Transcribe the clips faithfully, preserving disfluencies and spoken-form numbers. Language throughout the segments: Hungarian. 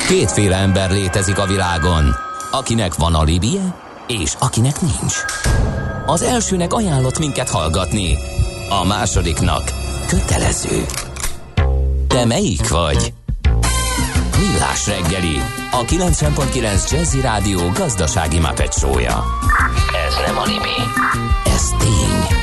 Kétféle ember létezik a világon, akinek van alibije, és akinek nincs. Az elsőnek ajánlott minket hallgatni, a másodiknak kötelező. Te melyik vagy? Millás reggeli, a kilencven pont kilenc Jazzy Rádió gazdasági Muppet show-ja. Ez nem anime, ez tény.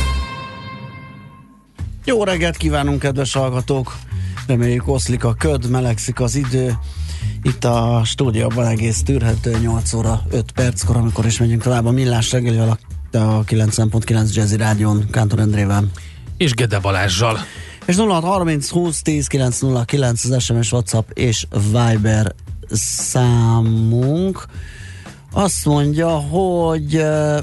Jó reggelt kívánunk, kedves hallgatók! Reméljük oszlik a köd, melegszik az idő. Itt a stúdióban egész tűrhető, nyolc óra öt perckor, amikor is megyünk tovább a Millás reggeli a kilencven pont kilenc Jazzy Rádión Kántor Endrével. És Gede Balázssal. És nulla hat harminc húsz tíz kilenc nulla kilenc az es em es, WhatsApp és Viber számunk. Azt mondja, hogy uh,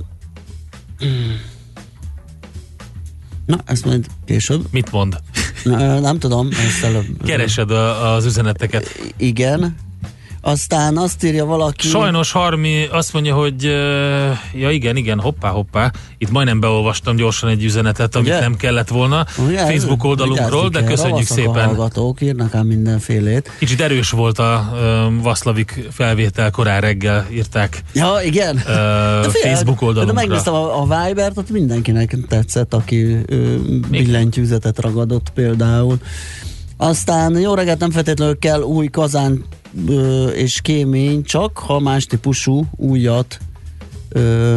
na, ezt majd később. Mit mond? Na, nem tudom. Ezt előbb, Keresed a, az üzeneteket. Igen. Aztán azt írja valaki... Sajnos Harmi azt mondja, hogy ja igen, igen, hoppá, hoppá. Itt majdnem beolvastam gyorsan egy üzenetet, amit ugye? Nem kellett volna ugye? Facebook oldalunkról, de köszönjük szépen. A hallgatók írnak ám mindenfélét. Kicsit erős volt a uh, Vaszlavik felvétel, korán reggel írták. Ja, igen. Uh, de fél, Facebook oldalunkra. De megnéztem a, a Vibert, ott mindenkinek tetszett, aki uh, billentyűzetet ragadott például. Aztán jó reggelt, nem feltétlenül kell új kazán ö, és kémény, csak ha más típusú újat ö,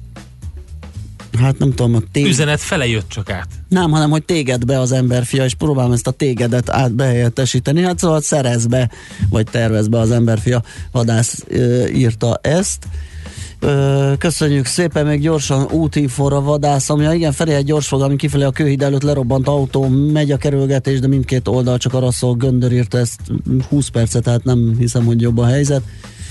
hát nem tudom, a téged... Üzenet fele jött csak át. Nem, hanem, hogy téged be az emberfia, és próbálom ezt a tégedet át behelyettesíteni. Hát szóval szerez be, vagy tervez be az emberfia. Vadász ö, írta ezt. Ö, köszönjük szépen, még gyorsan útinfóra vadászom. Ja igen, felé egy gyors fog, ami kifelé a kőhíd előtt lerobbant autó, megy a kerülgetés, de mindkét oldal csak arra szól, Göndör írta ezt húsz percet, tehát nem hiszem, hogy jobb a helyzet.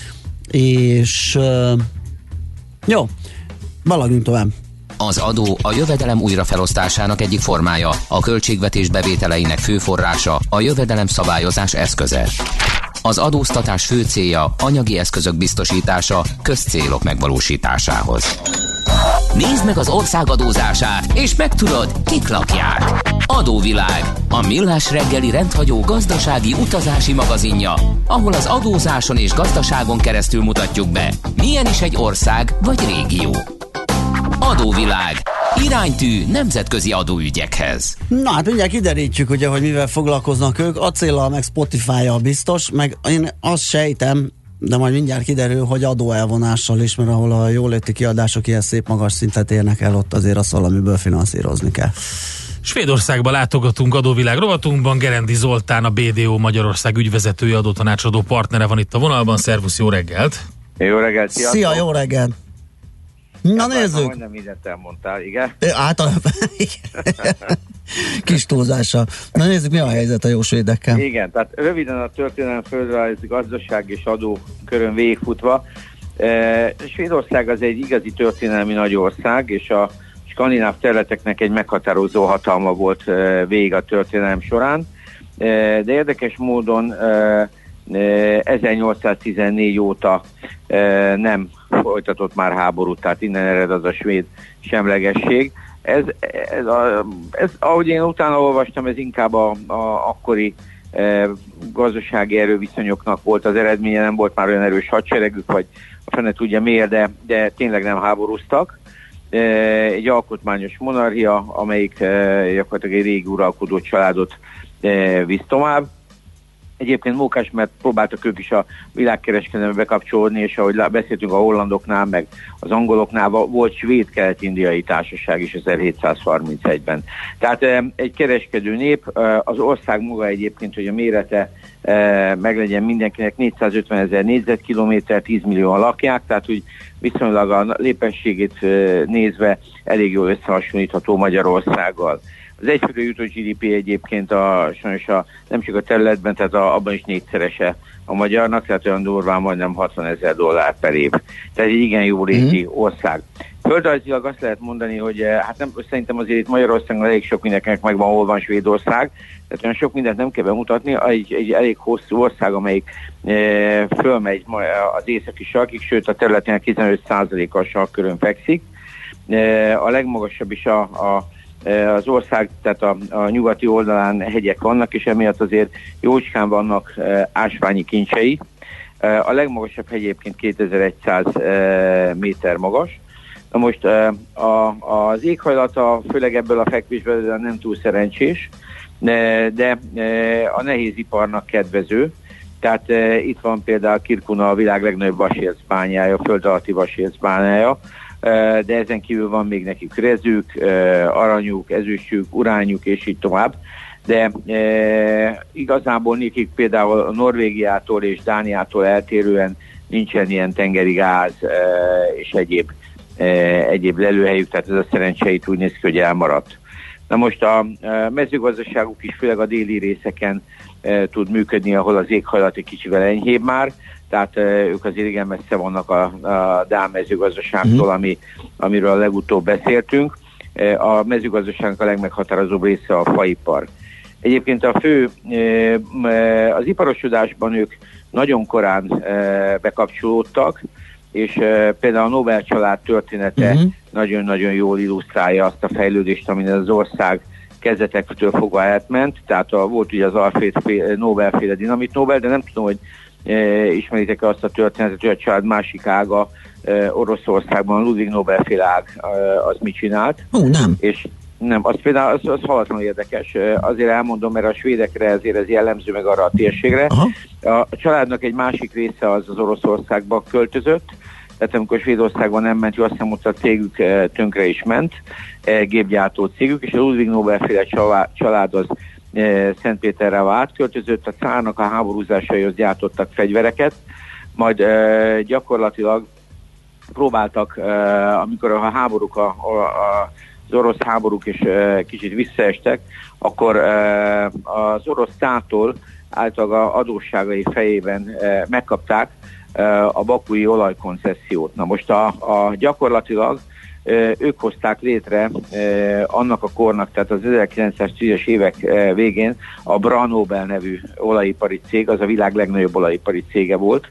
És ö, jó, balagjunk tovább. Az adó a jövedelem újrafelosztásának egyik formája, a költségvetés bevételeinek fő forrása, a jövedelem szabályozás eszköze. Az adóztatás fő célja anyagi eszközök biztosítása közcélok megvalósításához. Nézd meg az ország adózását, és megtudod, kik lakják. Adóvilág, a Millás reggeli rendhagyó gazdasági utazási magazinja, ahol az adózáson és gazdaságon keresztül mutatjuk be, milyen is egy ország vagy régió. Adóvilág. Iránytű nemzetközi adóügyekhez. Na hát mindjárt kiderítjük, ugye, hogy mivel foglalkoznak ők. Acéllal meg Spotify-jal biztos, meg én azt sejtem, de majd mindjárt kiderül, hogy adóelvonással is, mert ahol a jóléti kiadások ilyen szép magas szintet érnek el, ott azért azt valamiből finanszírozni kell. Svédországba látogatunk adóvilág rovatunkban. Gerendi Zoltán, a bé dé o Magyarország ügyvezetője, adótanácsadó partnere van itt a vonalban. Szervusz, jó reggelt! Jó reggelt, sziasztok! Szia, jó reggelt! Na hát nézzük! Majdnem mindent elmondtál, igen? Általában kis túlzással. Na nézzük, mi a helyzet a jó svédekkel. Igen, tehát röviden a történelem földrajzi, gazdaság és adó körön végigfutva. E, Svédország az egy igazi történelmi nagy ország, és a skandináv területeknek egy meghatározó hatalma volt e, végig a történelem során. E, de érdekes módon e, ezernyolcszáztizennégy óta e, nem folytatott már háborút, tehát innen ered az a svéd semlegesség. Ez, ez, a, ez ahogy én utána olvastam, ez inkább a, a akkori e, gazdasági erőviszonyoknak volt az eredménye, nem volt már olyan erős hadseregük, vagy a fene tudja miért, de, de tényleg nem háborúztak. E, egy alkotmányos monarchia, amelyik e, gyakorlatilag egy régi uralkodó családot e, visz tovább. Egyébként mókás, mert próbáltak ők is a világkereskedelembe bekapcsolódni, és ahogy beszéltünk a hollandoknál, meg az angoloknál, volt svéd-kelet-indiai társaság is ezerhétszázharmincegyben. Tehát egy kereskedő nép, az ország maga egyébként, hogy a mérete meglegyen mindenkinek, négyszázötvenezer négyzetkilométer, tíz millióan lakják, tehát úgy viszonylag a népességét nézve elég jól összehasonlítható Magyarországgal. Az egyfőre jutó gé dé pé egyébként a, sajnos a, nem csak a területben, tehát a, abban is négyszerese a magyarnak, tehát olyan durván majdnem hatvanezer dollár per év. Tehát egy igen jó régi mm. ország. Földrajzilag azt lehet mondani, hogy hát nem, szerintem azért itt Magyarországon elég sok mindenkinek megvan, hol van Svédország, tehát olyan sok mindent nem kell bemutatni, egy, egy elég hosszú ország, amelyik e, fölmegy az északi sarkig, sőt a területének tizenöt százaléka a sarkkörön fekszik. E, a legmagasabb is a, a az ország, tehát a, a nyugati oldalán hegyek vannak, és emiatt azért jócskán vannak ásványi kincsei. A legmagasabb hegy egyébként kétezer-száz méter magas. Na most a, az éghajlata, főleg ebből a fekvésből nem túl szerencsés, de, de a nehéziparnak kedvező. Tehát itt van például Kirkuna, a világ legnagyobb vasércbányája, föld alatti vasércbányája, de ezen kívül van még nekik rezük, aranyuk, ezüstjük, uránjuk, és így tovább. De e, igazából nekik például Norvégiától és Dániától eltérően nincsen ilyen tengeri gáz e, és egyéb, e, egyéb lelőhelyük, tehát ez a szerencseit úgy néz ki, hogy elmaradt. Na most a e, mezőgazdaságuk is főleg a déli részeken e, tud működni, ahol az éghajlat egy kicsivel enyhébb már, tehát e, ők azért igen messze vannak a, a dán mezőgazdaságtól, ami, amiről a legutóbb beszéltünk. E, a mezőgazdaságnak a legmeghatározóbb része a faipar. Egyébként a fő, az iparosodásban ők nagyon korán bekapcsolódtak, és például a Nobel család története uh-huh. nagyon-nagyon jól illusztrálja azt a fejlődést, amin az ország kezdetektől fogva átment. Tehát a, volt ugye az Alfred Nobel-féle dinamit Nobel, de nem tudom, hogy ismeritek azt a történetet, hogy a család másik ága Oroszországban, Ludwig Nobel-féle ág az mit csinált. Ó, uh, nem. És Nem, az például az, az halatlanul érdekes. Azért elmondom, mert a svédekre ezért ez jellemző, meg arra a térségre. Aha. A családnak egy másik része az az Oroszországba költözött, tehát amikor Svédországban nem ment, jó, azt hiszem, ott a cégük tönkre is ment, gépgyártó cégük, és a Ludwig Nobel-féle család az Szentpéterre átköltözött, a cárnak a háborúzásaihoz gyártottak fegyvereket, majd gyakorlatilag próbáltak, amikor a háborúk a, a, a az orosz háborúk is e, kicsit visszaestek, akkor e, az orosz szától általában adósságai fejében e, megkapták e, a bakui olajkoncessziót. Na most a, a gyakorlatilag e, ők hozták létre e, annak a kornak, tehát az ezerkilencszáztízes évek e, végén a Branobel nevű olajipari cég, az a világ legnagyobb olajipari cége volt.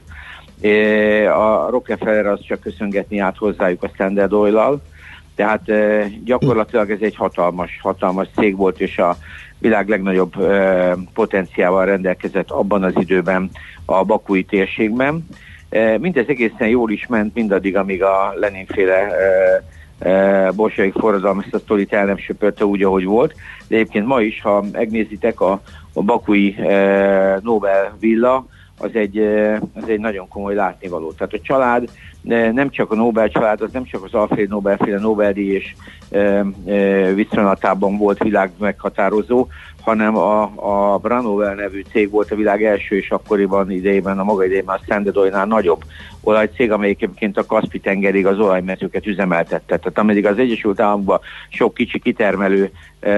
E, a Rockefeller az csak köszöngetni át hozzájuk a Standard Oil-al. Tehát e, gyakorlatilag ez egy hatalmas, hatalmas cég volt, és a világ legnagyobb e, potenciával rendelkezett abban az időben a bakui térségben. E, mindez egészen jól is ment, mindaddig, amíg a Lenin-féle e, e, bolsevik forradalom ezt a sztorit el nem söpörte úgy, ahogy volt. De egyébként ma is, ha megnézitek, a, a bakui e, Nobel villa, az egy, az egy nagyon komoly látnivaló. Tehát a család, nem csak a Nobel család, az nem csak az Alfred Nobel-féle Nobel-díj és e, e, viszonylatában volt világ meghatározó, hanem a, a Branobel nevű cég volt a világ első, és akkoriban idejében, a maga idejében a Standard Oil-nál nagyobb olajcég, amelyik egyébként a Kaszpi-tengerig az olajmezőket üzemeltette. Tehát ameddig az Egyesült Államokban sok kicsi kitermelő e,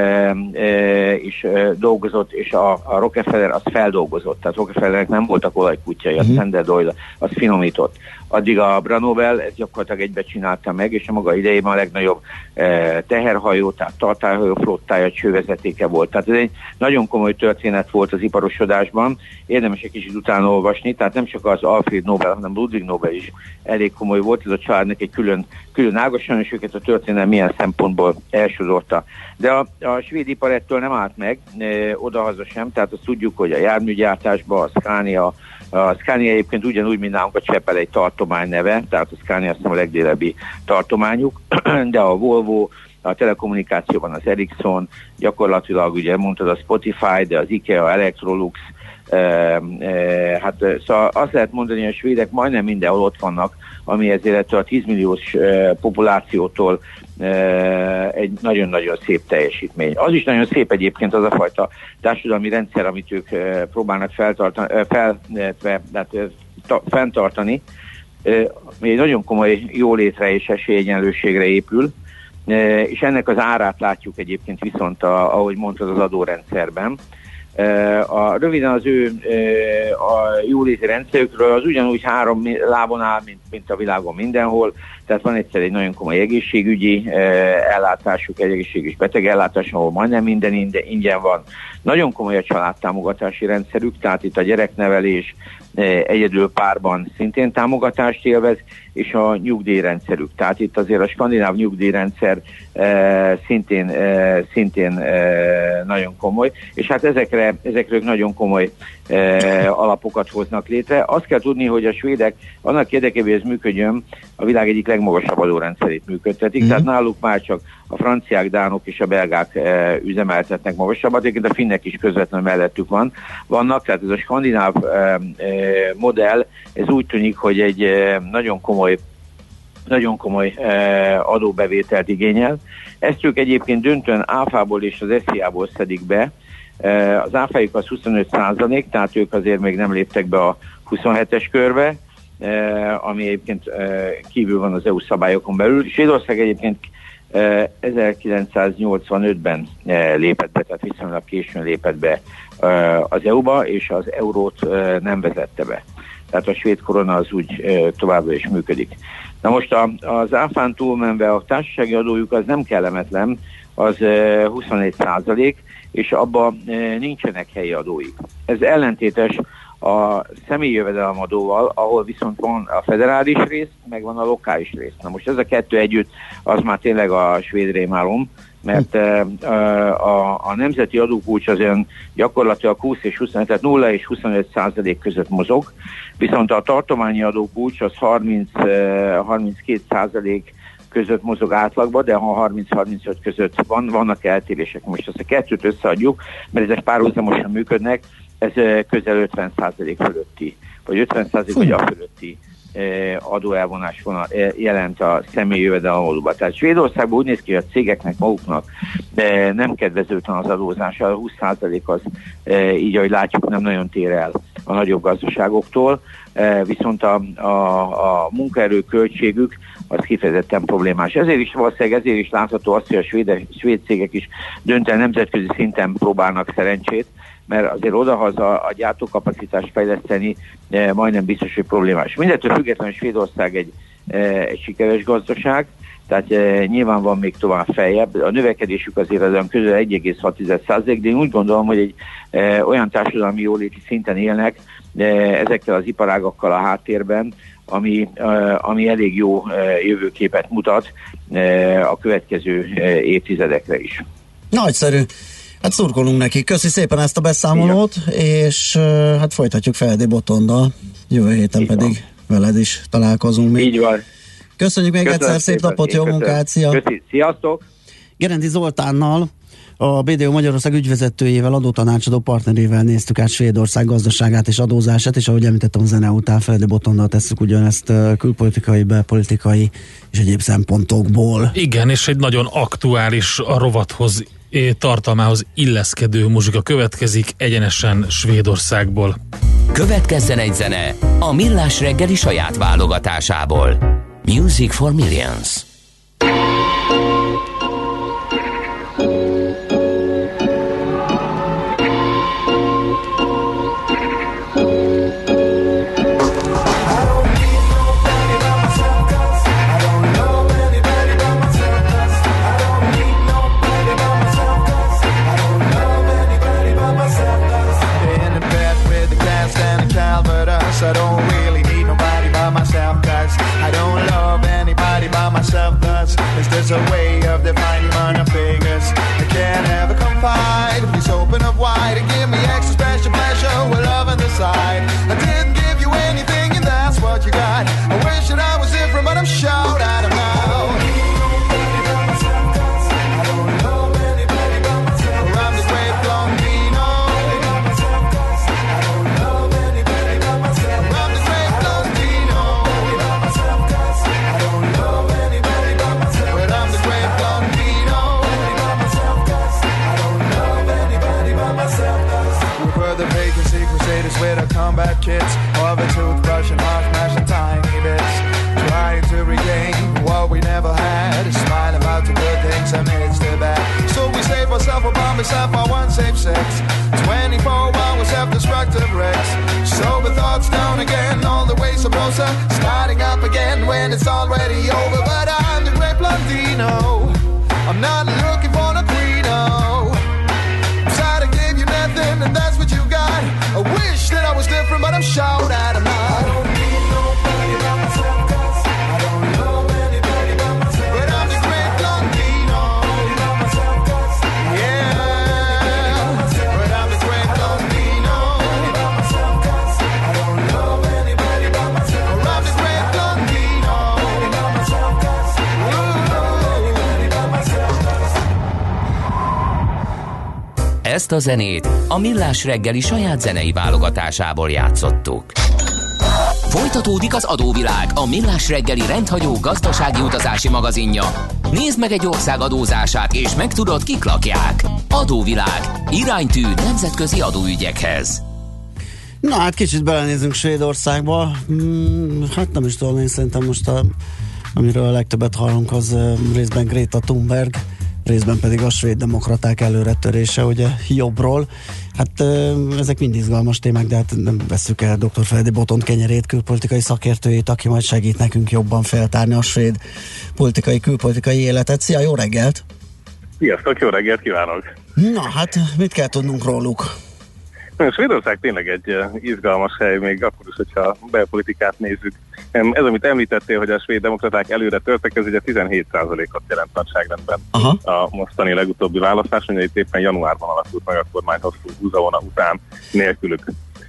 e, is e, dolgozott, és a, a Rockefeller az feldolgozott. Tehát Rockefellernek nem voltak olajkutyai, a Standard Oil az finomított. Addig a Branobel ez gyakorlatilag egybe csinálta meg, és a maga idejében a legnagyobb e, teherhajó, tehát tartályhajó flottája, csővezetéke volt. Tehát ez egy nagyon komoly történet volt az iparosodásban, érdemes egy kicsit utána olvasni, tehát nem csak az Alfred Nobel, hanem Ludwig Nobel is elég komoly volt, ez a családnak egy külön, külön ágasan, és őket a történet milyen szempontból elsodorta. De a, a svéd ipar ettől nem állt meg, e, odahaza sem, tehát azt tudjuk, hogy a járműgyártásban a Scania, a Scania egyébként ugyanúgy, mint nálunk a Csepel egy tartomány neve, tehát a Scania azt hiszem a legdélebbi tartományuk, de a Volvo, a telekommunikációban az Ericsson, gyakorlatilag ugye mondtad a Spotify, de az IKEA, Electrolux, e, e, hát szóval azt lehet mondani, hogy a svédek majdnem mindenhol ott vannak, ami ezért a tízmilliós e, populációtól e, egy nagyon-nagyon szép teljesítmény. Az is nagyon szép egyébként az a fajta társadalmi rendszer, amit ők e, próbálnak feltartani, fel, e, hát, e, ta, fenntartani, e, egy nagyon komoly jólétre és esélyegyenlőségre épül, és ennek az árát látjuk egyébként viszont, a, ahogy mondtad, az adórendszerben. A, röviden az ő a jóléti rendszerükről az ugyanúgy három lábon áll, mint, mint a világon mindenhol, tehát van egyszer egy nagyon komoly egészségügyi ellátásuk, egy egészségügyi betegellátás, ahol majdnem minden ingyen van. Nagyon komoly a családtámogatási rendszerük, tehát itt a gyereknevelés, egyedül párban szintén támogatást élvez, és a nyugdíjrendszerük. Tehát itt azért a skandináv nyugdíjrendszer e, szintén, e, szintén e, nagyon komoly, és hát ezekre, ezekről nagyon komoly e, alapokat hoznak létre. Azt kell tudni, hogy a svédek annak érdekében, hogy ez működjön, a világ egyik legmagasabb adórendszerét működtetik, mm-hmm. tehát náluk már csak a franciák, dánok és a belgák e, üzemeltetnek magasabbat, egyébként a finnek is közvetlenül mellettük van, vannak, tehát ez a skandináv e, e, modell, ez úgy tűnik, hogy egy e, nagyon komoly nagyon komoly e, adóbevételt igényel. Ezt ők egyébként döntően áfából és az es zé á-ból szedik be. E, az áfájuk az huszonöt százalék, tehát ők azért még nem léptek be a huszonhetes körbe, e, ami egyébként e, kívül van az é u szabályokon belül. Svédország egyébként e, ezerkilencszáznyolcvanötben e, lépett be, tehát viszonylag későn lépett be e, az é u-ba, és az eurót e, nem vezette be. Tehát a svéd korona az úgy e, továbbra is működik. Na most a, az áfán túlmenve a társasági adójuk az nem kellemetlen, az e, huszonegy százalék, és abban e, nincsenek helyi adóik. Ez ellentétes a személyi jövedelemadóval, ahol viszont van a federális rész, meg van a lokális rész. Na most ez a kettő együtt, az már tényleg a svéd rémálom, mert e, a, a nemzeti adókulcs az olyan gyakorlatilag húsz és huszonöt, tehát nulla és huszonöt százalék között mozog, viszont a tartományi adókulcs az harminc-harminckét százalék között mozog átlagban, de ha harminc-harmincöt között van, vannak eltérések. Most ezt a kettőt összeadjuk, mert ezek párhuzamosan működnek, ez közel ötven százalék fölötti, vagy ötven százalék vagy a fölötti adóelvonás vonal jelent a személyi jövedelemadóban. Tehát Svédországban úgy néz ki, hogy a cégeknek maguknak nem kedvezőtlen az adózás, a húsz százalék az így, ahogy látjuk, nem nagyon tér el a nagyobb gazdaságoktól, viszont a, a, a munkaerő költségük az kifejezetten problémás. Ezért is valószínűleg ezért is látható azt, hogy a svéd, svéd cégek is döntően nemzetközi szinten próbálnak szerencsét, mert azért odahaza a gyártókapacitást fejleszteni e, majdnem biztos, hogy problémás. Mindettől függetlenül Svédország egy, e, egy sikeres gazdaság, tehát e, nyilván van még tovább feljebb. A növekedésük azért az közel egy egész hat százalék, de én úgy gondolom, hogy egy e, olyan társadalmi jóléti szinten élnek e, ezekkel az iparágakkal a háttérben, ami, e, ami elég jó e, jövőképet mutat e, a következő e, évtizedekre is. Nagyszerű. Hát szurkolunk neki. Köszi szépen ezt a beszámolót, és uh, hát folytatjuk Feledi Botondal. Jövő héten így pedig van. Veled is találkozunk még. Így van. Köszönjük még Köszönöm egyszer, szép napot, jó munkát, szia! Köszi. Sziasztok! Gerendi Zoltánnal, a bé dé o Magyarország ügyvezetőjével, adótanácsadó partnerével néztük át Svédország gazdaságát és adózását, és ahogy említettem, a zene után Feledi Botondal tesszük ugyanezt külpolitikai, belpolitikai és egyéb szempontokból. Igen, és egy nagyon aktuális a rovathoz tartalmához illeszkedő muzsika következik egyenesen Svédországból. Következzen egy zene a Millás reggeli saját válogatásából. Music for Millions. I don't really need nobody by myself, cause I don't love anybody by myself, thus is this a way of defining minor figures? I can't ever confide, please open up wide and give me extra special pleasure with love on the side. I didn't give you anything and that's what you got. I wish that I was different but I'm short out of now. With our combat kits, of a toothbrush and hot mash and tiny bits, trying to regain what we never had, a smile about the good things amidst the bad. So we save ourselves a bomb, myself on one safe sex, twenty-four hour self-destructive wrecks. Sober thoughts down again, all the way supposed to starting up again when it's already over. But I'm the great Blondino, I'm not looking for no Greeno. I'm sorry I gave you nothing and that's what you got. I wish that I was different, but I'm short out. Ezt a zenét a Millás reggeli saját zenei válogatásából játszottuk. Folytatódik az adóvilág, a Millás reggeli rendhagyó gazdasági utazási magazinja. Nézd meg egy ország adózását, és megtudod, kik lakják. Adóvilág. Iránytű nemzetközi adóügyekhez. Na hát kicsit belenézünk Svédországba. Hmm, hát nem is tudom, én szerintem most a, amiről a legtöbbet hallunk, az részben Greta Thunberg, részben pedig a svéd demokraták előretörése, ugye jobbról. Hát ezek mind izgalmas témák, de hát nem vesszük el doktor Feledi Botont kenyerét, külpolitikai szakértőjét, aki majd segít nekünk jobban feltárni a svéd politikai, külpolitikai életet. Szia, jó reggelt! Sziasztok, jó reggelt kívánok! Na hát, mit kell tudnunk róluk? Svédország tényleg egy izgalmas hely, még akkor is, hogyha a belpolitikát nézzük. Ez, amit említettél, hogy a svéd demokraták előre törtek, ez ugye tizenhét százalékot jelent nagyságrendben. Aha. A mostani legutóbbi választás, ugye itt éppen januárban alakult meg a kormány hosszú húzavona után nélkülük.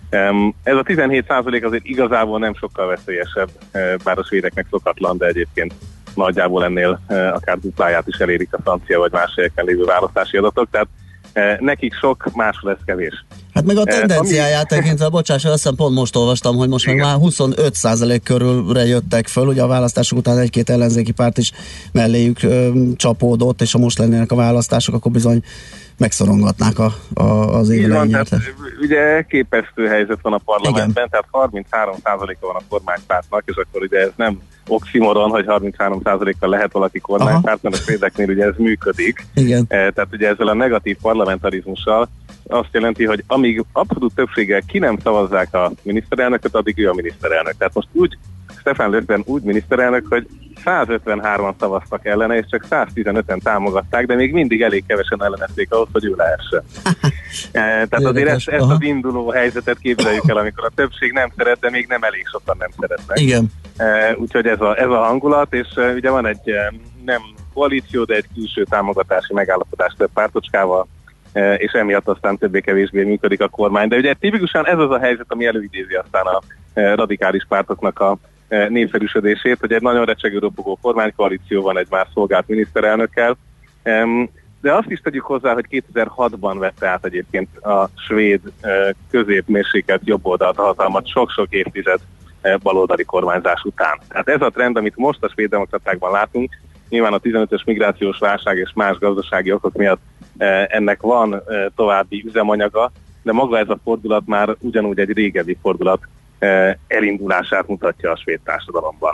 Ez a tizenhét százalék azért igazából nem sokkal veszélyesebb, bár a svédeknek szokatlan, de egyébként nagyjából ennél akár dupláját is elérik a francia vagy más helyeken lévő választási adatok, tehát nekik sok, máshol ez kevés. Hát meg a tendenciáját tekintve, bocsáss, azt hiszem pont most olvastam, hogy most meg már huszonöt százalék körülre jöttek föl, ugye a választások után egy-két ellenzéki párt is melléjük ö, csapódott, és ha most lennének a választások, akkor bizony megszorongatnák a, a, az élvényet. Ugye képesztő helyzet van a parlamentben, igen. Tehát harminchárom százaléka van a kormánypártnak, és akkor ugye ez nem oximoron, hogy harminchárom százalékkal lehet valaki kormánypárt, mert a svédeknél ugye ez működik. Igen. E, tehát ugye ezzel a negatív parlamentarizmussal azt jelenti, hogy amíg abszolút többséggel ki nem szavazzák a miniszterelnököt, addig ő a miniszterelnök. Tehát most úgy, Stefan Löfven úgy miniszterelnök, hogy százötvenhárman szavaztak ellene, és csak száztizenöten támogatták, de még mindig elég kevesen ellenezték ahhoz, hogy ő lehessen. e, tehát azért ezt, ezt az induló helyzetet képzeljük el, amikor a többség nem szeret, de még nem elég sokan nem szeretnek. Igen. E, úgyhogy ez a, ez a hangulat, és uh, ugye van egy uh, nem koalíció, de egy külső támogatási megállapodás több pártocskával, és emiatt aztán többé-kevésbé működik a kormány. De ugye tipikusan ez az a helyzet, ami előidézi aztán a radikális pártoknak a népszerűsödését, hogy egy nagyon recsegő ropogó kormánykoalíció van egy már szolgált miniszterelnökkel. De azt is tegyük hozzá, hogy kétezer-hatban vette át egyébként a svéd középmérsékelt jobboldalt a hatalmat sok-sok évtized baloldali kormányzás után. Tehát ez a trend, amit most a svéd demokratákban látunk, nyilván a tizenötös migrációs válság és más gazdasági okok miatt ennek van további üzemanyaga, de maga ez a fordulat már ugyanúgy egy régebbi fordulat elindulását mutatja a svéd társadalomban.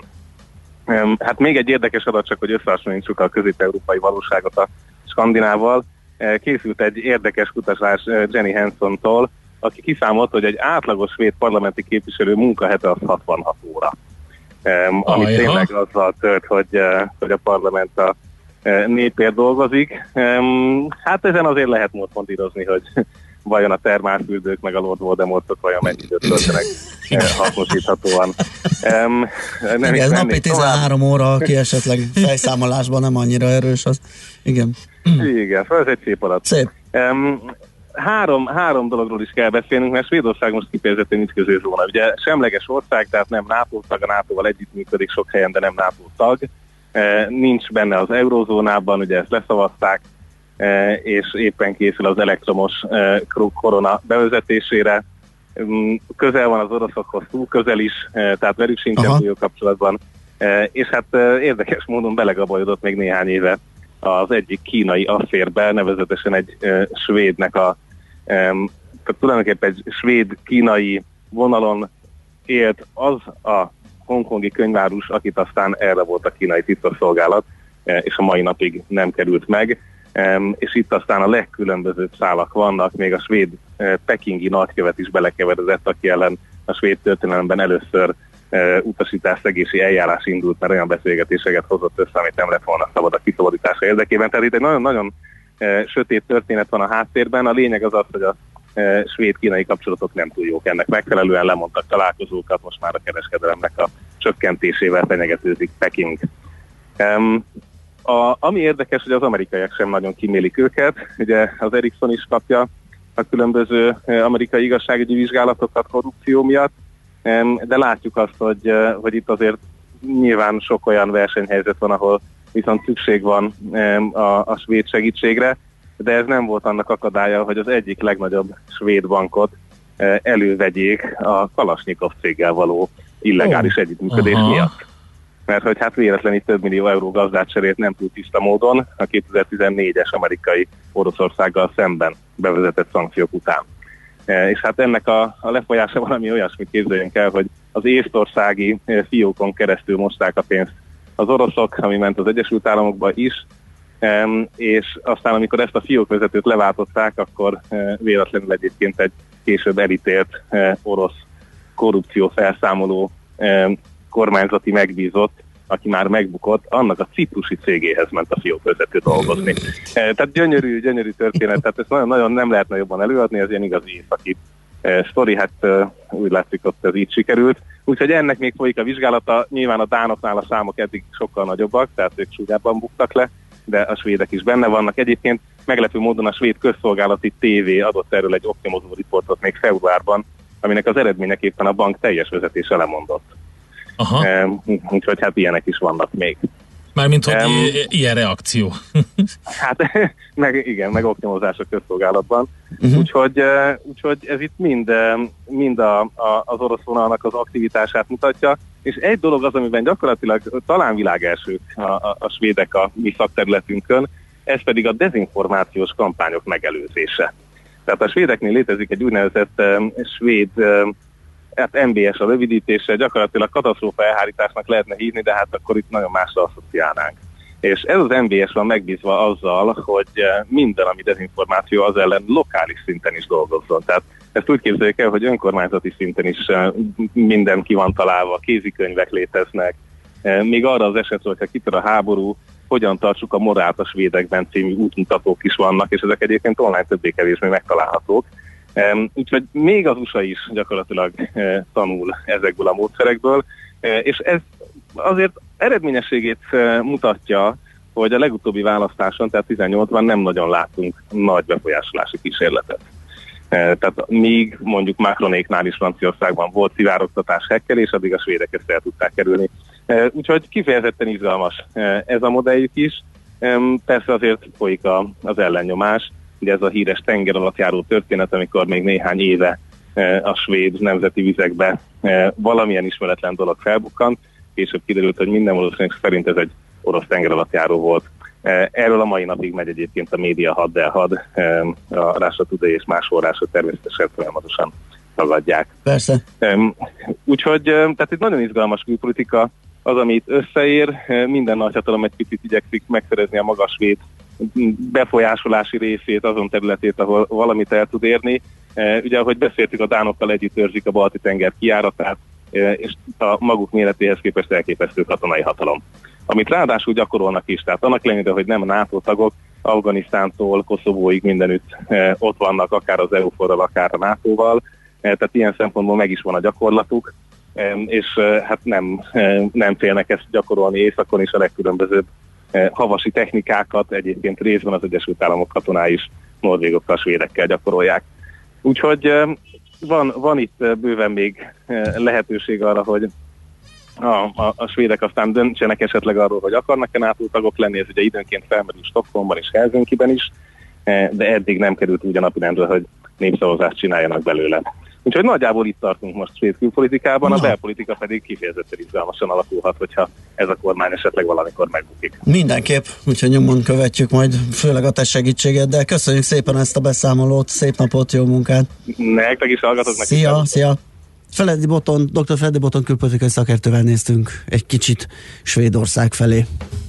Hát még egy érdekes adat, csak hogy összehasonlítsuk a közép-európai valóságot a skandinávval. Készült egy érdekes kutatás Jenny Hansontól, aki kiszámolt, hogy egy átlagos svéd parlamenti képviselő munkahete az hatvanhat óra. Um, ami ah, tényleg azzal tört, hogy, uh, hogy a parlament a uh, népért dolgozik. Um, hát ezen azért lehet módpontírozni, hogy vajon a termálfürdők meg a Lord Voldemortok vajon mennyi időt töltenek uh, hasznosíthatóan. Um, nem igen, ez napi tizenhárom óra, aki esetleg fejszámolásban nem annyira erős, az igen. Igen, ez egy szép adat. Szép. Um, Három, három dologról is kell beszélnünk, mert Svédország most kifejezetten ütköző zóna. Ugye semleges ország, tehát nem NATO tag, a nátóval együttműködik sok helyen, de nem NATO tag. E, nincs benne az eurózónában, ugye ezt leszavazták, e, és éppen készül az elektromos e, korona bevezetésére. Közel van az oroszokhoz, túl közel is, e, tehát velük sincsen jó kapcsolatban. E, és hát e, érdekes módon belegabajodott még néhány éve az egyik kínai afférbe, nevezetesen egy e, svédnek a Um, tehát tulajdonképpen egy svéd-kínai vonalon élt az a hongkongi könyvárus, akit aztán erre volt a kínai titkosszolgálat, és a mai napig nem került meg. Um, és itt aztán a legkülönbözőbb szálak vannak, még a svéd uh, pekingi nagykövet is belekeveredett, aki ellen a svéd történelemben először uh, utasításszegési eljárás indult, mert olyan beszélgetéseket hozott össze, amit nem lett volna szabad a kiszabadítása érdekében. Tehát itt egy nagyon-nagyon E, sötét történet van a háttérben. A lényeg az az, hogy a e, svéd-kínai kapcsolatok nem túl jók, ennek megfelelően lemondtak találkozókat, most már a kereskedelemnek a csökkentésével fenyegetőzik Peking. Um, a, ami érdekes, hogy az amerikaiak sem nagyon kimélik őket, ugye az Ericsson is kapja a különböző amerikai igazságügyi vizsgálatokat korrupció miatt, um, de látjuk azt, hogy, hogy itt azért nyilván sok olyan versenyhelyzet van, ahol viszont szükség van a, a svéd segítségre. de ez nem volt annak akadálya, hogy az egyik legnagyobb svéd bankot elővegyék a Kalasnyikov céggel való illegális oh. együttműködés Aha. miatt. Mert hogy hát véletlenül több millió euró gazdát cserélt nem túl tiszta módon a kétezer-tizennégyes amerikai Oroszországgal szemben bevezetett szankciók után. E, és hát ennek a, a lefolyása valami olyasmit képzeljünk el, hogy az észtországi fiókon keresztül mosták a pénzt az oroszok, ami ment az Egyesült Államokba is, e, és aztán amikor ezt a fiókvezetőt leváltották, akkor e, véletlenül egyébként egy később elítélt e, orosz korrupció felszámoló e, kormányzati megbízott, aki már megbukott, annak a ciprusi cégéhez ment a fiókvezető dolgozni. E, tehát gyönyörű, gyönyörű történet, tehát ezt nagyon, nagyon nem lehetne jobban előadni, ez ilyen igazi északi e, sztori, hát e, úgy látszik, ott ez így sikerült. Úgyhogy ennek még folyik a vizsgálata, nyilván a dánoknál a számok eddig sokkal nagyobbak, tehát ők súlyában buktak le, de a svédek is benne vannak. Egyébként meglepő módon a svéd közszolgálati tévé adott erről egy optimozó riportot még februárban, aminek az eredményeképpen a bank teljes vezetése lemondott. Aha. Um, úgyhogy hát ilyenek is vannak még. Mármint, hogy um, i- ilyen reakció. Hát, meg igen, meg optimozás a közszolgálatban. Uh-huh. Úgyhogy, uh, úgyhogy ez itt mind, uh, mind a, a, az orosz vonalnak az aktivitását mutatja, és egy dolog az, amiben gyakorlatilag talán világelsők a, a, a svédek a mi szakterületünkön, ez pedig a dezinformációs kampányok megelőzése. Tehát a svédeknél létezik egy úgynevezett um, svéd um, hát em bé es a rövidítése, gyakorlatilag katasztrófa elhárításnak lehetne hívni, de hát akkor itt nagyon másra asszociálnánk. És ez az em bé es van megbízva azzal, hogy minden, ami dezinformáció, az ellen lokális szinten is dolgozzon. Tehát ezt úgy képzeljük el, hogy önkormányzati szinten is minden ki van találva, kézikönyvek léteznek. Még arra az esetre, hogyha kitör a háború, hogyan tartsuk a morált a svédekben című útmutatók is vannak, és ezek egyébként online többé-kevésbé megtalálhatók. Um, úgyhogy még az u es á is gyakorlatilag uh, tanul ezekből a módszerekből, uh, és ez azért eredményességét uh, mutatja, hogy a legutóbbi választáson, tehát tizennyolcban nem nagyon látunk nagy befolyásolási kísérletet. Uh, tehát míg mondjuk Macronéknál is Franciaországban volt szivárogtatás, hekkelés, addig a svédek ezt el tudták kerülni. Uh, úgyhogy kifejezetten izgalmas uh, ez a modelljük is. Um, persze azért folyik a, az ellennyomás. Ugye ez a híres tenger alatt járó történet, amikor még néhány éve e, a svéd nemzeti vizekbe e, valamilyen ismeretlen dolog felbukkant, később kiderült, hogy minden valószínűség szerint ez egy orosz tenger alatt járó volt. E, erről a mai napig megy egyébként a média had-del-had, e, a Russia Today és más források természetesen folyamatosan tagadják. Persze. E, úgyhogy, tehát itt nagyon izgalmas külpolitika, az, amit összeér, minden nagyhatalom egy picit igyekszik megszerezni a magas svéd befolyásolási részét, azon területét, ahol valamit el tud érni. Ugye, ahogy beszéltük, a dánokkal együtt őrzik a Balti-tenger kijáratát, és a maguk méretéhez képest elképesztő katonai hatalom. Amit ráadásul gyakorolnak is, tehát annak ellenére, hogy nem a NATO tagok, Afganisztántól Koszovóig mindenütt ott vannak, akár az é u-forral, akár a nátóval, tehát ilyen szempontból meg is van a gyakorlatuk, és hát nem, nem félnek ezt gyakorolni északon is a legkülönbözőbb havasi technikákat, egyébként részben az Egyesült Államok katonái is norvégokkal, svédekkel gyakorolják. Úgyhogy van, van itt bőven még lehetőség arra, hogy a, a, a svédek aztán döntsenek esetleg arról, hogy akarnak-e NATO tagok lenni, ez ugye időnként felmerül Stockholmban és Helsinkiben is, de eddig nem került úgy a napirendre, hogy népszavazást csináljanak belőle. Úgyhogy nagyjából itt tartunk most svéd külpolitikában, a belpolitika pedig kifejezetten izgalmasan alakulhat, hogyha ez a kormány esetleg valamikor megbukik. Mindenképp, úgyhogy nyomon követjük majd, főleg a te segítségeddel. Köszönjük szépen ezt a beszámolót, szép napot, jó munkát! Nektek is hallgatok! Szia, nekik. Szia! Feledi Boton, doktor Feledi Boton külpolitikai szakértővel néztünk egy kicsit Svédország felé.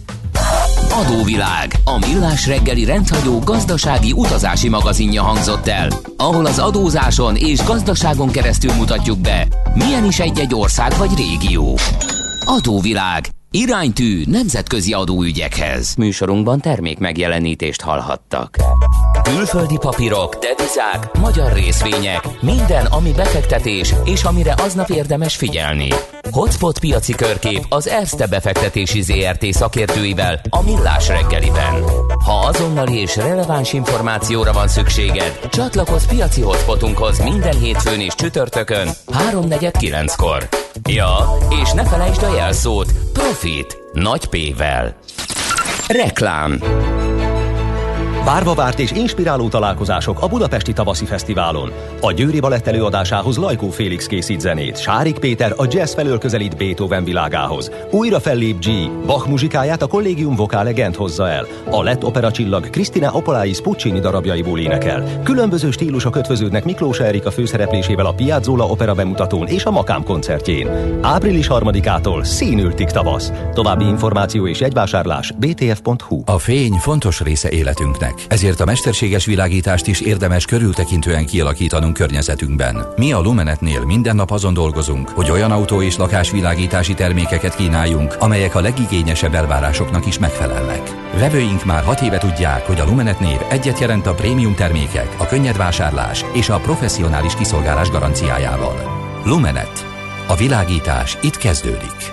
Adóvilág, a millás reggeli rendhagyó gazdasági utazási magazinja hangzott el, ahol az adózáson és gazdaságon keresztül mutatjuk be, milyen is egy-egy ország vagy régió. Adóvilág, iránytű nemzetközi adóügyekhez. Műsorunkban termék megjelenítést hallhattak. Külföldi papírok, devizák, magyar részvények, minden, ami befektetés, és amire aznap érdemes figyelni. Hotspot piaci körkép az Erste befektetési zé er té szakértőivel a Millás reggeliben. Ha azonnali és releváns információra van szükséged, csatlakozz piaci hotspotunkhoz minden hétfőn és csütörtökön háromnegyed kilenckor. Ja, és ne felejtsd a jelszót, Profit, nagy P-vel. Reklám. Párbavárt és inspiráló találkozások a Budapesti Tavaszi Fesztiválon. A Győri Balett előadásához Lajkó Félix készít zenét, Sárik Péter a jazz felől közelít Beethoven világához. Újra fellép G. Bach muzsikáját a Collegium Vocale Gent hozza el. A lett opera csillag Cristina Opolais Puccini darabjaiból énekel. Különböző stílusok ötvöződnek Miklós Erika főszereplésével a Piazzolla opera bemutatón és a Makám koncertjén. Április harmadikától színültig tavasz. További információ és jegyvásárlás bé té ef pont hú. A fény fontos része életünknek, ezért a mesterséges világítást is érdemes körültekintően kialakítanunk környezetünkben. Mi a Lumenetnél minden nap azon dolgozunk, hogy olyan autó- és lakásvilágítási termékeket kínáljunk, amelyek a legigényesebb elvárásoknak is megfelelnek. Vevőink már hat éve tudják, hogy a Lumenet név egyet jelent a prémium termékek, a könnyed vásárlás és a professzionális kiszolgálás garanciájával. Lumenet. A világítás itt kezdődik.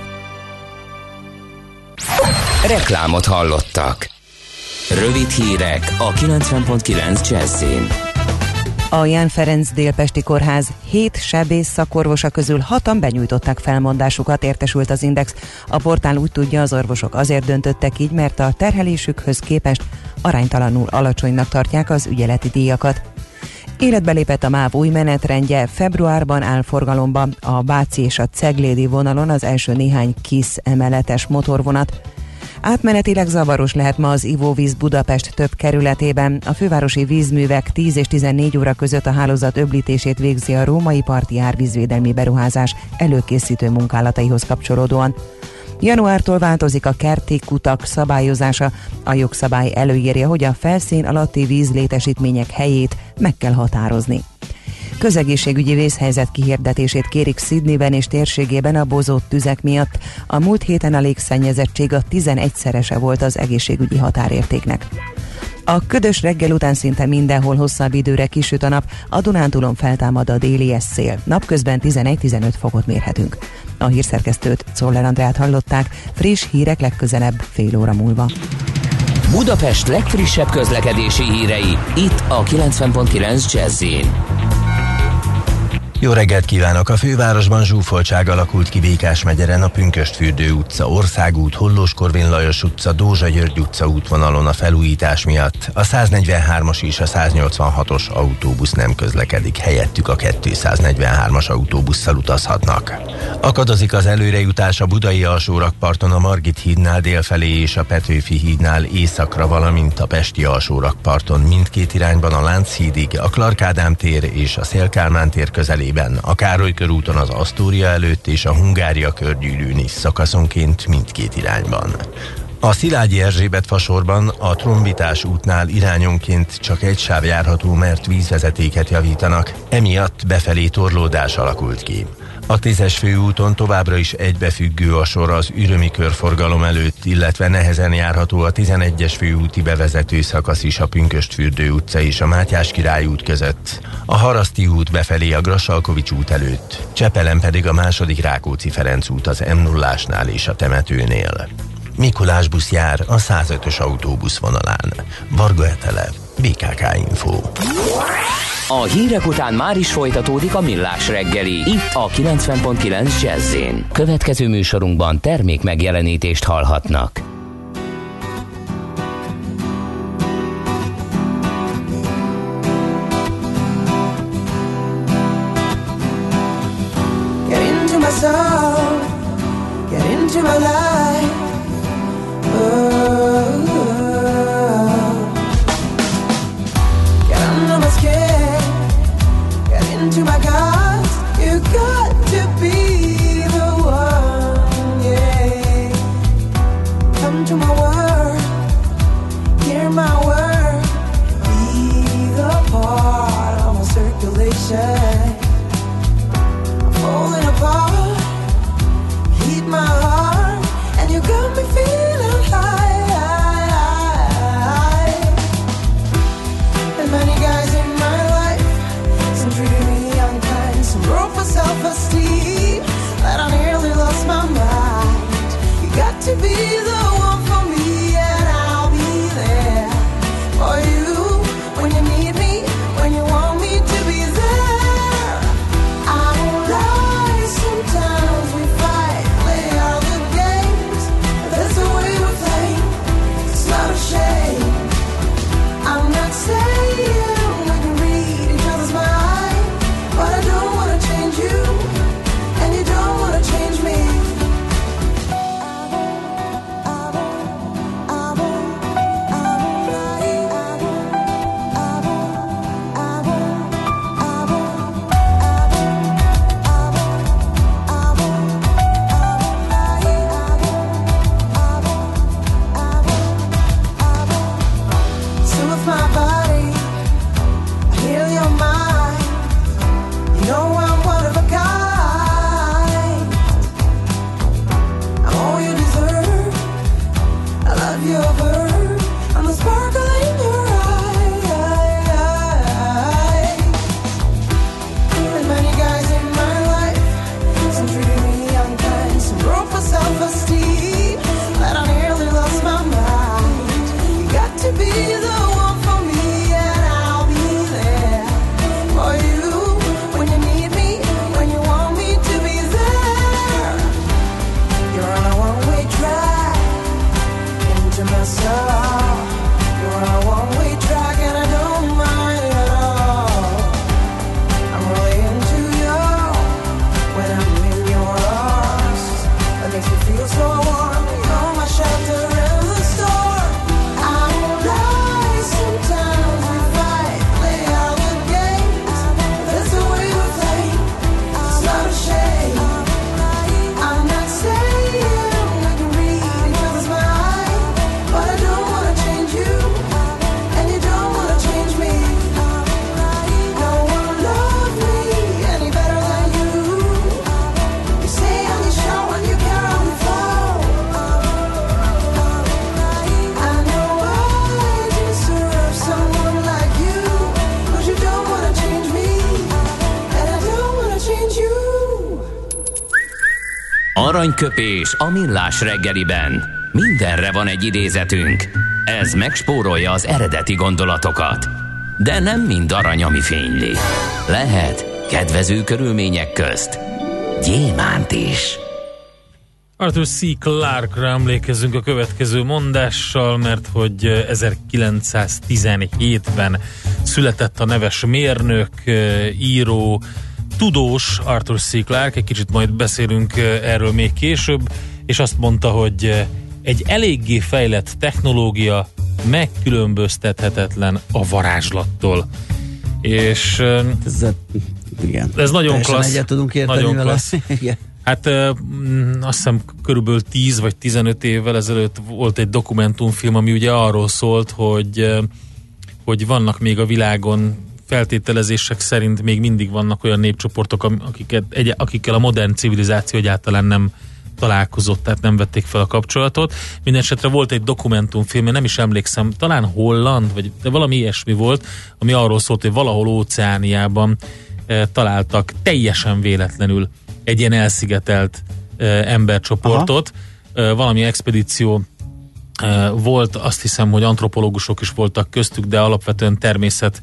Reklámot hallottak. Rövid hírek a kilencven pont kilenc Jazzin. A Ján Ferenc Délpesti Kórház hét sebész szakorvosa közül hatan benyújtották felmondásukat, értesült az Index. A portál úgy tudja, az orvosok azért döntöttek így, mert a terhelésükhöz képest aránytalanul alacsonynak tartják az ügyeleti díjakat. Életbe lépett a MÁV új menetrendje, februárban áll forgalomba a Váci és a Ceglédi vonalon az első néhány KISZ emeletes motorvonat. Átmenetileg zavaros lehet ma az ivóvíz Budapest több kerületében. A fővárosi vízművek tíz és tizennégy óra között a hálózat öblítését végzi a Római Parti Árvízvédelmi Beruházás előkészítő munkálataihoz kapcsolódóan. Januártól változik a kerti kutak szabályozása. A jogszabály előírja, hogy a felszín alatti vízlétesítmények helyét meg kell határozni. Közegészségügyi vészhelyzet kihirdetését kérik Sydneyben és térségében a bozott tüzek miatt. A múlt héten a légszennyezettség a tizenegyszerese volt az egészségügyi határértéknek. A ködös reggel után szinte mindenhol hosszabb időre kisüt a nap, a Dunántúlon feltámad a déli szél. Napközben tizenegy-tizenöt fokot mérhetünk. A hírszerkesztőt, Czoller Andrát hallották, friss hírek legközelebb fél óra múlva. Budapest legfrissebb közlekedési hírei, itt a kilencven pont kilenc Jazzin. Jó reggelt kívánok! A fővárosban zsúfoltság alakult ki Békás megyeren a Pünkösdfürdő utca, Országút, Hollós Korvin Lajos utca, Dózsa György utca útvonalon a felújítás miatt. A száznegyvenhármas és a száznyolcvanhatos autóbusz nem közlekedik, helyettük a kétszáznegyvenhármas autóbusszal utazhatnak. Akadozik az előrejutás a budai alsórakparton a Margit hídnál délfelé és a Petőfi hídnál északra, valamint a pesti alsórakparton mindkét irányban a Lánchídig, a Clark Ádám tér és a Széll Kálmán tér közelében, a Károly körúton az Asztória előtt és a Hungária körgyűrűn is szakaszonként mindkét irányban. A Szilágyi Erzsébet fasorban a Trombitás útnál irányonként csak egy sáv járható, mert vízvezetéket javítanak, emiatt befelé torlódás alakult ki. A tízes főúton továbbra is egybefüggő a sor az ürömi körforgalom előtt, illetve nehezen járható a tizenegyes főúti bevezető szakasz is a Pünkösdfürdő utca és a Mátyás Király út között. A Haraszti út befelé a Grassalkovich út előtt, Csepelen pedig a második Rákóczi-Ferenc út az em nullásnál és a temetőnél. Mikulás busz jár a százötös autóbusz vonalán. Varga Etele, bé ká ká Info. A hírek után már is folytatódik a Millás reggeli, itt a kilencven pont kilenc Jazz-én. Következő műsorunkban termék megjelenítést hallhatnak. Get into my soul, get into my life. Oh, get under my skin, get into my guts. You got to be the one, yeah. Come to my world, hear my word, be the part of my circulation. I'm falling apart, heat my heart. Aranyköpés a millás reggeliben. Mindenre van egy idézetünk. Ez megspórolja az eredeti gondolatokat. De nem mind arany, ami fényli. Lehet kedvező körülmények közt gyémánt is. Arthur C. Clarke-ra emlékezzünk a következő mondással, mert hogy ezerkilencszáztizenhétben született a neves mérnök, író, tudós Arthur C. Clarke, egy kicsit majd beszélünk erről még később, és azt mondta, hogy egy eléggé fejlett technológia megkülönböztethetetlen a varázslattól. És ez, igen, ez nagyon klassz. Egyet tudunk érteni nagyon vele. Klassz. Igen. Hát azt hiszem körülbelül tíz vagy tizenöt évvel ezelőtt volt egy dokumentumfilm, ami ugye arról szólt, hogy, hogy vannak még a világon feltételezések szerint még mindig vannak olyan népcsoportok, akiket, egy, akikkel a modern civilizáció egyáltalán nem találkozott, tehát nem vették fel a kapcsolatot. Mindenesetre volt egy dokumentumfilm, én nem is emlékszem, talán holland, vagy de valami ilyesmi volt, ami arról szólt, hogy valahol Óceániában e, találtak teljesen véletlenül egy ilyen elszigetelt e, embercsoportot. E, valami expedíció e, volt, azt hiszem, hogy antropológusok is voltak köztük, de alapvetően természet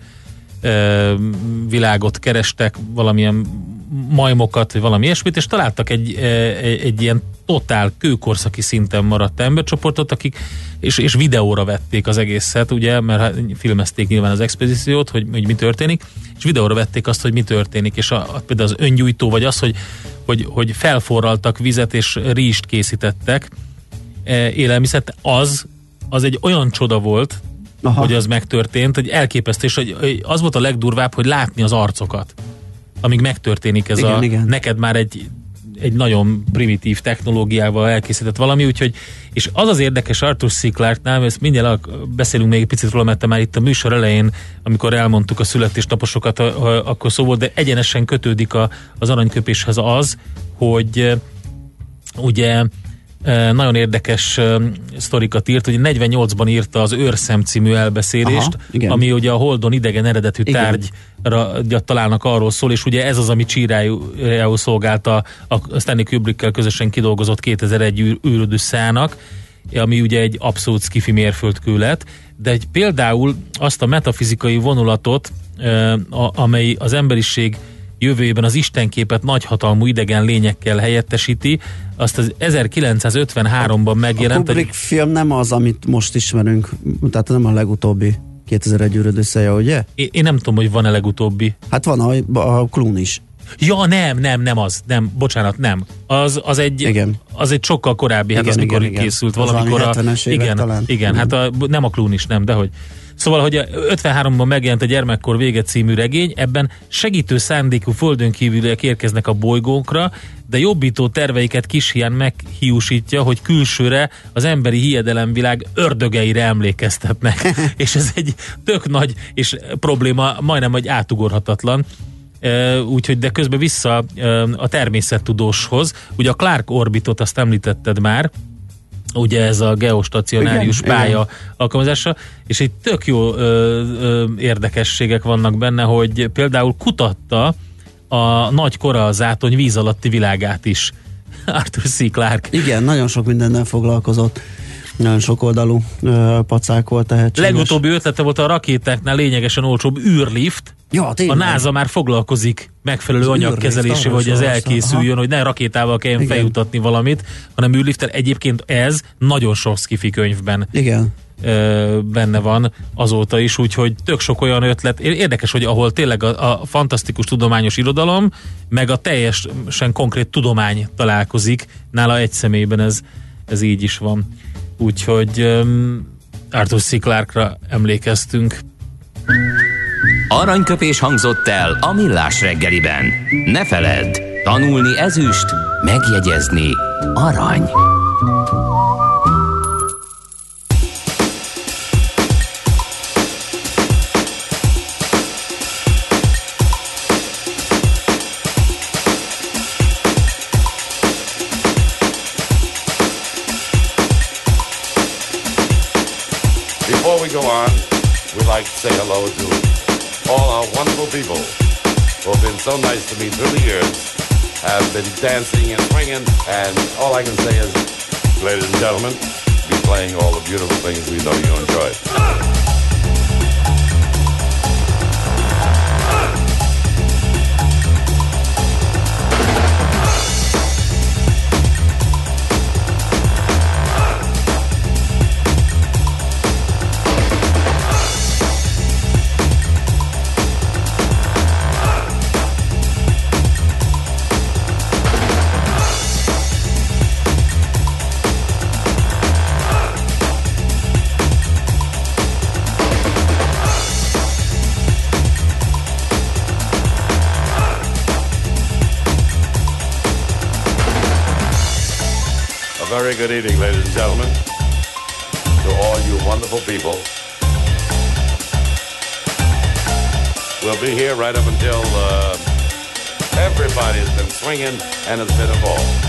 e, világot kerestek, valamilyen majmokat, vagy valami ilyesmit, és találtak egy, egy, egy ilyen totál kőkorszaki szinten maradt embercsoportot, akik, és, és videóra vették az egészet, ugye, mert filmezték nyilván az expedíciót, hogy, hogy mi történik, és videóra vették azt, hogy mi történik, és a, a, például az öngyújtó, vagy az, hogy, hogy, hogy felforraltak vizet, és rizst készítettek, élelmiszert, az, az egy olyan csoda volt, aha, hogy az megtörtént, hogy elképesztő, és hogy az volt a legdurvább, hogy látni az arcokat, amíg megtörténik ez igen, a, igen. neked már egy, egy nagyon primitív technológiával elkészített valami, úgyhogy, és az az érdekes Arthur C. Clarke-nál, ezt mindjárt beszélünk még egy picit róla, mert már itt a műsor elején, amikor elmondtuk a születésnaposokat, akkor szó volt, de egyenesen kötődik a, az aranyköpéshez az, hogy ugye nagyon érdekes uh, sztorikat írt, hogy negyvennyolcban írta az Őrszem című elbeszélést, aha, ami ugye a Holdon idegen eredetű tárgyra találnak, arról szól, és ugye ez az, ami csírájául szolgálta a Stanley Kubrickkel közösen kidolgozott kétezer-egy űrödüsszeának, ami ugye egy abszolút sci-fi mérföldkő lett, de egy, például azt a metafizikai vonulatot, uh, a, amely az emberiség jövőjében az istenképet nagyhatalmú idegen lényekkel helyettesíti, azt az ezerkilencszázötvenháromban megjelent. A Kubrick egy... film nem az, amit most ismerünk, tehát nem a legutóbbi kétezer-egy űrödüsszeja, ugye? Én, én nem tudom, hogy van-e legutóbbi. Hát van a, a Clooney is. Ja, nem, nem, nem az, nem, bocsánat, nem. Az, az, egy, igen. az egy sokkal korábbi, hát igen, az mikor igen, készült, igen. Valamikor a... igen, talán. igen, hát a, nem a Clooney is, nem, dehogy. Szóval, hogy ötvenháromban megjelent a Gyermekkor vége című regény, ebben segítő szándékú földön kívüliek érkeznek a bolygónkra, de jobbító terveiket kishián meghiúsítja, hogy külsőre az emberi hiedelemvilág ördögeire emlékeztetnek. És ez egy tök nagy és probléma, majdnem egy átugorhatatlan. Úgyhogy, de közben vissza a természettudóshoz. Ugye a Clarke orbitot, azt említetted már, ugye ez a geostacionárius igen, pálya igen. alkalmazása, és egy tök jó ö, ö, érdekességek vannak benne, hogy például kutatta a nagy korallzátony víz alatti világát is. Arthur C. Clarke. Igen, nagyon sok mindennel foglalkozott. Nagyon sok oldalú ö, pacák volt tehetséges. Legutóbbi ötlete volt a rakétáknál lényegesen olcsóbb űrlift. Ja, a NASA már foglalkozik megfelelő anyagkezelésével, hogy ez elkészüljön, aha, hogy ne rakétával kelljen igen. feljutatni valamit, hanem űrlifttel. Egyébként ez nagyon sok sci-fi könyvben igen. Ö, benne van azóta is, úgyhogy tök sok olyan ötlet. Érdekes, hogy ahol tényleg a, a fantasztikus tudományos irodalom, meg a teljesen konkrét tudomány találkozik, nála egy személyben ez, ez így is van. Úgyhogy um, Arthur C. Clarke-ra emlékeztünk. Aranyköpés hangzott el a millás reggeliben. Ne feledd, tanulni ezüst, megjegyezni arany. Before we go on, we'd like to say hello to all our wonderful people who have been so nice to me through the years have been dancing and swinging, and all I can say is, ladies and gentlemen, be playing all the beautiful things we know you enjoy. Very good evening, ladies and gentlemen, to all you wonderful people. We'll be here right up until uh, everybody's been swinging and has been involved.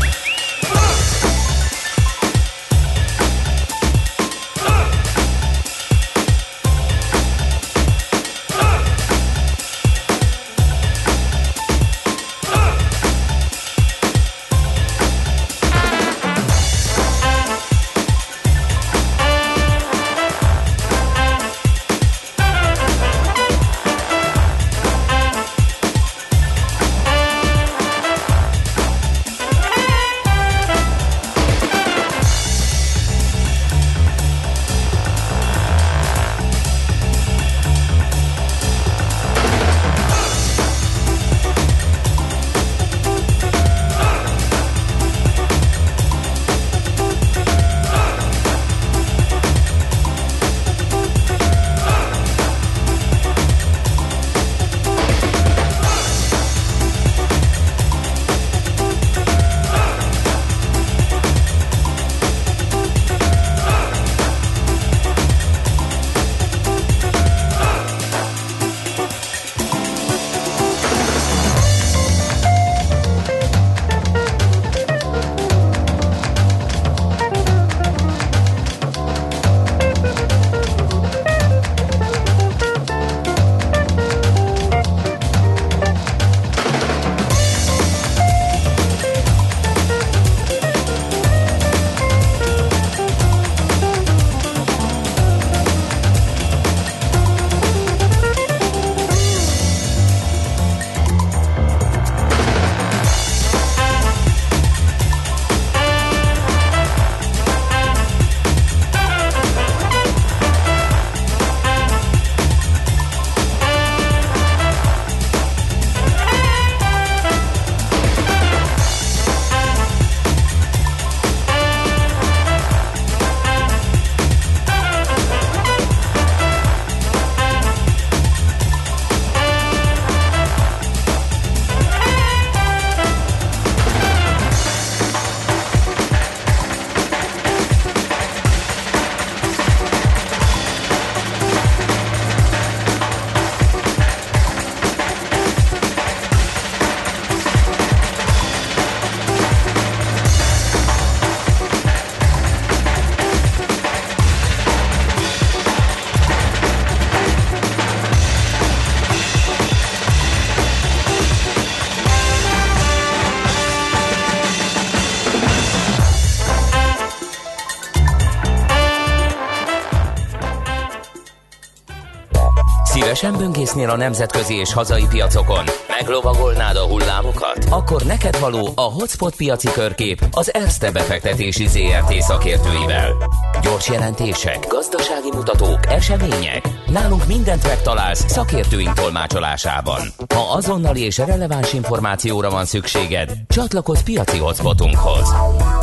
Szívesen böngésznél a nemzetközi és hazai piacokon? Meglovagolnád a hullámokat? Akkor neked való a Hotspot piaci körkép az Erste befektetési zé er té szakértőivel. Gyors jelentések, gazdasági mutatók, események. Nálunk mindent megtalálsz szakértőink tolmácsolásában. Ha azonnali és releváns információra van szükséged, csatlakozz piaci hotspotunkhoz.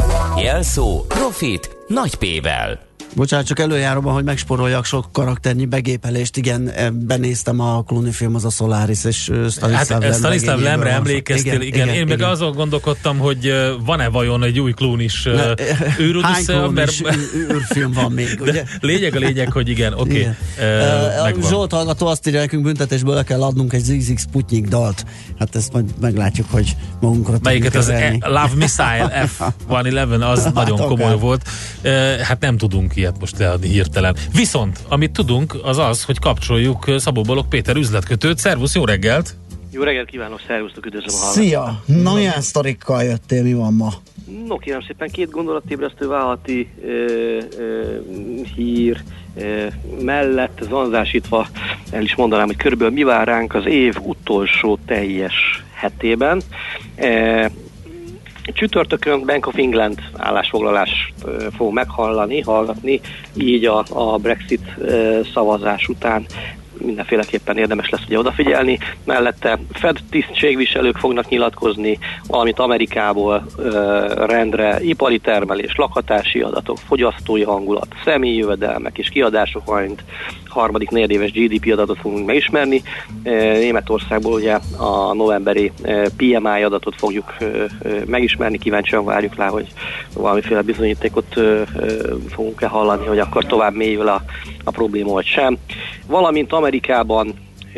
Jelszó Profit nagy P-vel. Bocsánat, csak előjáróban, hogy megsporoljak sok karakternyi begépelést, igen, benéztem a Clooney film, az a Solaris, és Stanislav hát, Stanislav Lemre emlékeztél, igen, igen, igen, én igen. meg azon gondolkodtam, hogy van-e vajon egy új Clooney-s űrudusza, mert űrfilm van még, ugye? Lényeg a lényeg, hogy igen, oké. Okay, uh, Zsolt hallgató azt írja, nekünk büntetésből le kell adnunk egy zé iksz Sputnik dalt. Hát ezt majd meglátjuk, hogy magunkra melyiket az e- Love Missile ef száztizenegy, az hát nagyon okay. komoly volt. Uh, hát nem tudunk ilyet most leadni hirtelen. Viszont, amit tudunk, az az, hogy kapcsoljuk Szabó Balogh Péter üzletkötőt. Szervusz, jó reggelt! Jó reggelt kívánok, szervusztok, üdvözlöm a hallgatókat. Szia! Na, milyen sztorikkal jöttél, mi van ma? No, kérem szépen, két gondolatébresztő vállalati ö, ö, hír ö, mellett zanzásítva el is mondanám, hogy körülbelül mi vár ránk az év utolsó teljes hetében. E, Csütörtökön Bank of England állásfoglalást fogunk meghallani, hallgatni, így a, a Brexit szavazás után mindenféleképpen érdemes lesz ugye odafigyelni. Mellette Fed tisztségviselők fognak nyilatkozni, valamint Amerikából ö, rendre ipari termelés, lakhatási adatok, fogyasztói hangulat, személyi jövedelmek és kiadások, valamint harmadik negyedéves gé dé pé adatot fogunk megismerni. Németországból ugye a novemberi pé em i adatot fogjuk megismerni, kíváncsian várjuk rá, hogy valamiféle bizonyítékot fogunk-e hallani, hogy akkor tovább mélyül a, a probléma vagy sem. Valamint Amerikában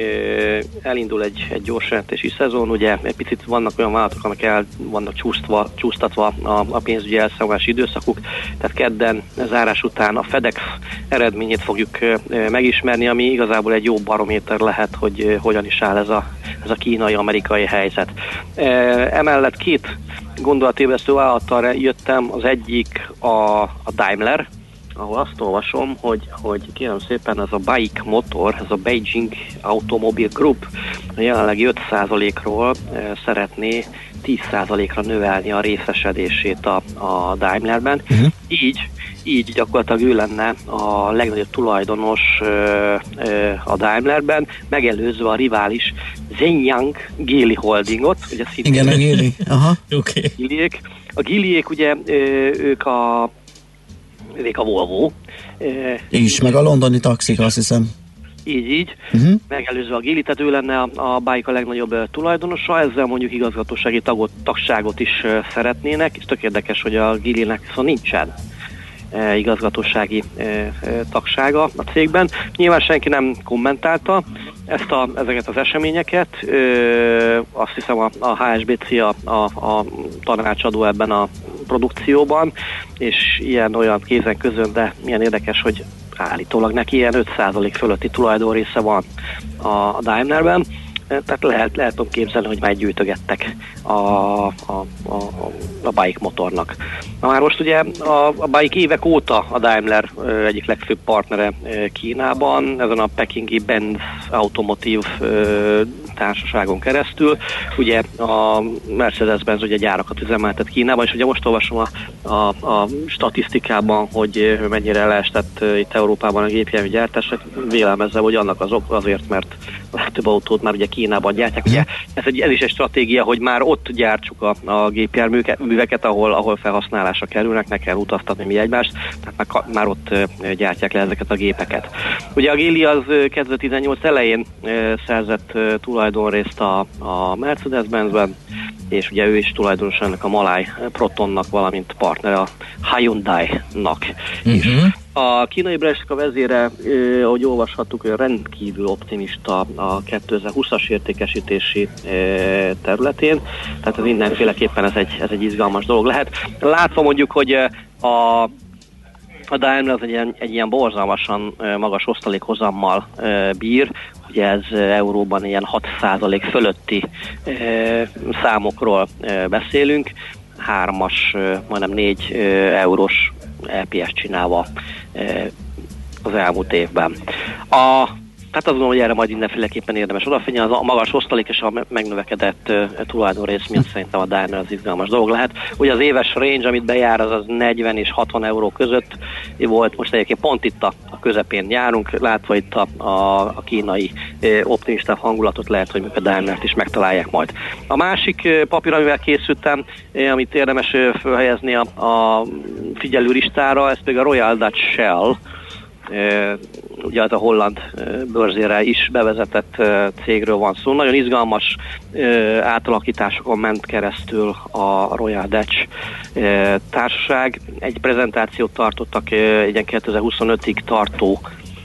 elindul egy, egy gyors jelentési szezon, ugye egy picit vannak olyan vállalatok, amik el vannak csúsztva, csúsztatva a, a pénzügyi elszámolási időszakuk, tehát kedden zárás után a FedEx eredményét fogjuk megismerni, ami igazából egy jó barométer lehet, hogy hogyan is áll ez a, ez a kínai-amerikai helyzet. Emellett két gondolatébresztő vállalattal jöttem, az egyik a, a Daimler, ahol azt olvasom, hogy, hogy kérem szépen ez a BAIC Motor, ez a Beijing Automobile Group a jelenlegi öt százalékról e, szeretné tíz százalékra növelni a részesedését a, a Daimlerben. Uh-huh. Így, így gyakorlatilag ő lenne a legnagyobb tulajdonos e, e, a Daimlerben, megelőzve a rivális Zhejiang Geely Holdingot. Ugye igen, a Geely. Aha. Okay. Geelyék. A Geelyék ugye e, ők a ők a Volvo. És meg a londoni taxik, azt hiszem. Így, így. Uh-huh. Megelőzve a Geely, tehát ő lenne a, a BAIC a legnagyobb tulajdonosa, ezzel mondjuk igazgatósági tagot, tagságot is szeretnének, és tök érdekes, hogy a Geelynek viszont nincsen e, igazgatósági e, e, tagsága a cégben. Nyilván senki nem kommentálta ezt a, ezeket az eseményeket. E, azt hiszem a, a há es bé cé a, a, a tanácsadó ebben a produkcióban, és ilyen-olyan kézen közön, de milyen érdekes, hogy állítólag neki ilyen öt százalék fölötti tulajdonrésze van a Daimlerben. Tehát lehet, lehet tudom képzelni, hogy már gyűjtögettek a, a, a, a BAIC motornak. Na már most ugye a, a BAIC évek óta a Daimler egyik legfőbb partnere Kínában, ezen a pekingi Benz Automotive társaságon keresztül. Ugye a Mercedes-Benz ugye gyárakat üzemeltet Kínában, és ugye most olvasom a, a, a statisztikában, hogy mennyire leestett itt Európában a gépjármű gyártás, vélelmezve, hogy annak az ok azért, mert a legtöbb autót már ugye Kínában gyártják. Ugye ez, egy, ez is egy stratégia, hogy már ott gyártsuk a, a gépjárműveket, ahol, ahol felhasználásra kerülnek, ne kell utaztatni mi egymást, tehát már, már ott gyártják le ezeket a gépeket. Ugye a Geely az kétezer-tizennyolc elején szerzett tulajdonrészt a, a Mercedes-Benzben, és ugye ő is tulajdonos ennek a Maláj Protonnak, valamint partner a Hyundai-nak is. Uh-huh. A kínai Brexit a vezére, eh, ahogy olvashattuk, rendkívül optimista a kétezer-húszas értékesítési eh, területén, tehát ez mindenféleképpen ez egy, ez egy izgalmas dolog lehet. Látva mondjuk, hogy a A Daimler az egy ilyen, egy ilyen borzalmasan magas osztalékhozammal e, bír, ugye ez euróban ilyen hat százalék fölötti e, számokról e, beszélünk, hármas, e, majdnem négy e, eurós é pé es csinálva e, az elmúlt évben. A Tehát azt gondolom, hogy erre majd mindenféleképpen érdemes odafigyelni. A magas osztalék és a megnövekedett uh, tulajdonrész miatt szerintem a Daimler az izgalmas dolog lehet. Ugye az éves range, amit bejár, az az negyven és hatvan euró között volt. Most egyébként pont itt a, a közepén járunk, látva itt a, a, a kínai uh, optimista hangulatot, lehet, hogy a Daimlert is megtalálják majd. A másik uh, papír, amivel készültem, uh, amit érdemes uh, felhelyezni a, a figyelő listára, ez pedig a Royal Dutch Shell, Uh, ugye az a holland uh, bőrzére is bevezetett uh, cégről van szó. Nagyon izgalmas uh, átalakításokon ment keresztül a Royal Dutch uh, társaság. Egy prezentációt tartottak, uh, egy kétezer-huszonötig tartó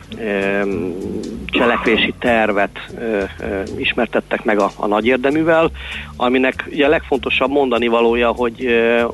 um, cselekvési tervet uh, uh, ismertettek meg a, a nagy érdeművel, aminek ugye a legfontosabb mondani valója, hogy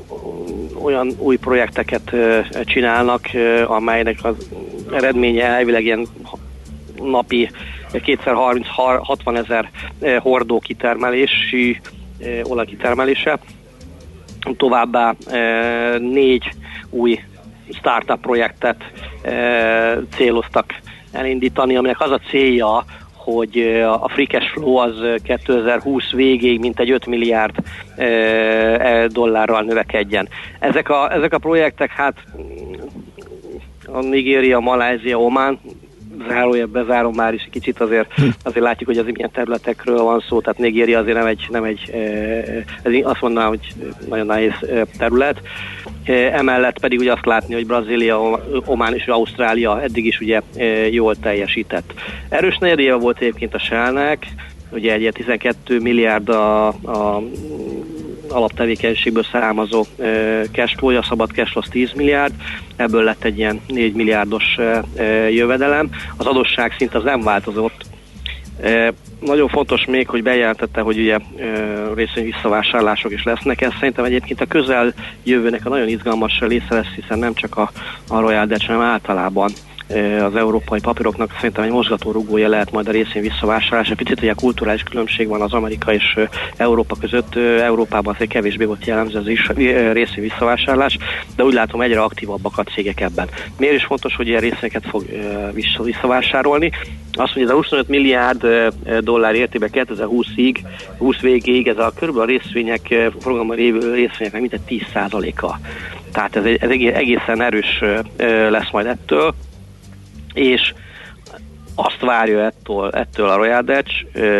uh, olyan új projekteket uh, csinálnak, uh, amelynek az eredménye elvileg ilyen napi kétezer-harminc hatvan ezer hordó kitermelési olajkitermelése. Továbbá négy új startup projektet céloztak elindítani, aminek az a célja, hogy a free cash flow az kétezer-húsz végéig mintegy öt milliárd dollárral növekedjen. Ezek a, ezek a projektek, hát a Nigéria, Malázia, Omán, zárójebb bezárom már is kicsit, azért, azért látjuk, hogy az milyen területekről van szó, tehát Nigéria azért nem egy, nem egy ez azt mondanám, hogy nagyon nehéz terület. Emellett pedig ugye azt látni, hogy Brazília, Omán és Ausztrália eddig is ugye jól teljesített. Erős negyedéve volt egyébként a Shellnek, ugye egy tizenkét milliárd a, a alaptevékenységből származó cash flow, a szabad cash flow tíz milliárd, ebből lett egy ilyen négy milliárdos jövedelem. Az adósság szint az nem változott. Nagyon fontos még, hogy bejelentette, hogy ugye részvény visszavásárlások is lesznek. Ez szerintem egyébként a közeljövőnek a nagyon izgalmas része lesz, hiszen nem csak a, a Royal Dutch, hanem általában az európai papíroknak szerintem egy mozgatórugója lehet majd a részvény visszavásárlás. Egy picit ugye kulturális különbség van az Amerika és Európa között. Európában azért kevésbé volt jellemző az is részvény visszavásárlás, de úgy látom egyre aktívabbak a cégek ebben. Miért is fontos, hogy ilyen részvényeket fog visszavásárolni? Azt mondja, ez a huszonöt milliárd dollár értékben kétezer-húszig, húsz végéig ez a körülbelül a részvények, programban lévő részvényeknek mintegy tíz százaléka. Tehát ez, ez egészen erős lesz majd ettől, és azt várja ettől, ettől a Royal Dutch,